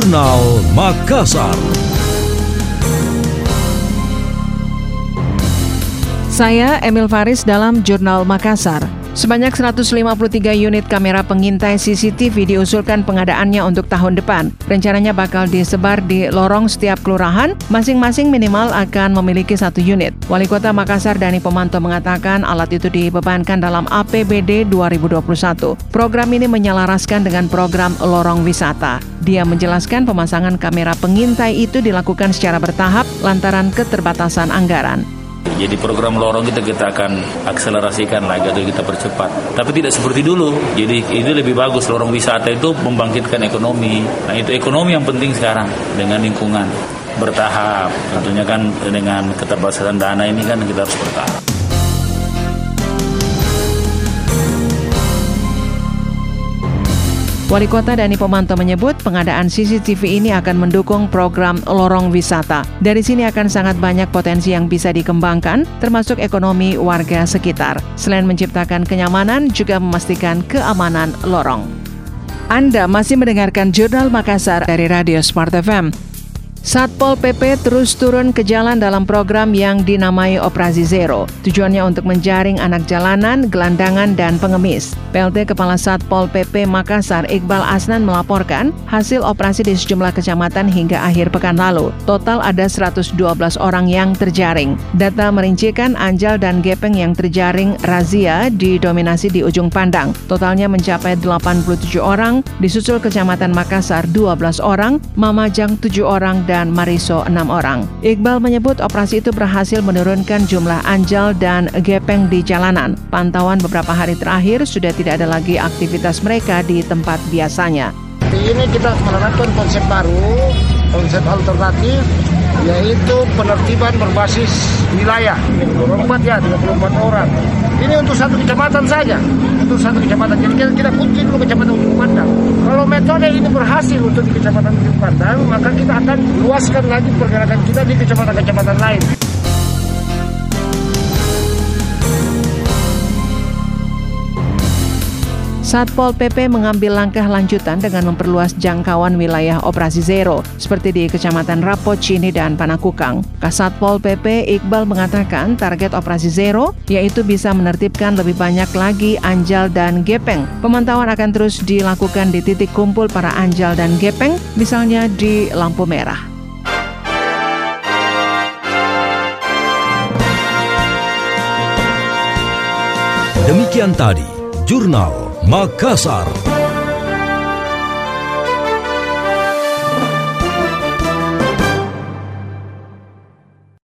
Jurnal Makassar. Saya Emil Faris dalam Jurnal Makassar. Sebanyak 153 unit kamera pengintai CCTV diusulkan pengadaannya untuk tahun depan. Rencananya bakal disebar di lorong setiap kelurahan, masing-masing minimal akan memiliki 1 unit. Wali Kota Makassar Dani Pomanto mengatakan alat itu dibebankan dalam APBD 2021. Program ini menyelaraskan dengan program lorong wisata. Dia menjelaskan pemasangan kamera pengintai itu dilakukan secara bertahap lantaran keterbatasan anggaran. Jadi program lorong kita akan akselerasikan lagi atau kita percepat. Tapi tidak seperti dulu. Jadi ini lebih bagus, lorong wisata itu membangkitkan ekonomi. Nah itu ekonomi yang penting sekarang dengan lingkungan. Bertahap. Tentunya kan dengan keterbatasan dana ini kan kita harus bertahap. Wali Kota Dani Pomanto menyebut pengadaan CCTV ini akan mendukung program lorong wisata. Dari sini akan sangat banyak potensi yang bisa dikembangkan, termasuk ekonomi warga sekitar. Selain menciptakan kenyamanan, juga memastikan keamanan lorong. Anda masih mendengarkan Jurnal Makassar dari Radio Smart FM. Satpol PP terus turun ke jalan dalam program yang dinamai Operasi Zero. Tujuannya untuk menjaring anak jalanan, gelandangan, dan pengemis. PLT Kepala Satpol PP Makassar Iqbal Asnan melaporkan hasil operasi di sejumlah kecamatan hingga akhir pekan lalu. Total ada 112 orang yang terjaring. Data merincikan Anjal dan Gepeng yang terjaring razia didominasi di Ujung Pandang. Totalnya mencapai 87 orang, disusul Kecamatan Makassar 12 orang, Mamajang 7 orang, dan Mariso 6 orang. Iqbal menyebut operasi itu berhasil menurunkan jumlah Anjal dan Gepeng di jalanan. Pantauan beberapa hari terakhir sudah tidak ada lagi aktivitas mereka di tempat biasanya. Ini kita menerapkan konsep baru, konsep alternatif, yaitu penertiban berbasis wilayah. 34 orang. Ini untuk satu kecamatan saja. Untuk satu kecamatan. Jadi kita kunci dulu kecamatan Ujung Pandang. Kalau metode ini berhasil untuk di kecamatan Ujung Pandang, maka kita akan luaskan lagi pergerakan kita di kecamatan-kecamatan lain. Satpol PP mengambil langkah lanjutan dengan memperluas jangkauan wilayah Operasi Zero, seperti di Kecamatan Rapo, Cini, dan Panakukang. Kasatpol PP Iqbal mengatakan target Operasi Zero yaitu bisa menertibkan lebih banyak lagi Anjal dan Gepeng. Pemantauan akan terus dilakukan di titik kumpul para Anjal dan Gepeng, misalnya di lampu merah. Demikian tadi Jurnal Makassar.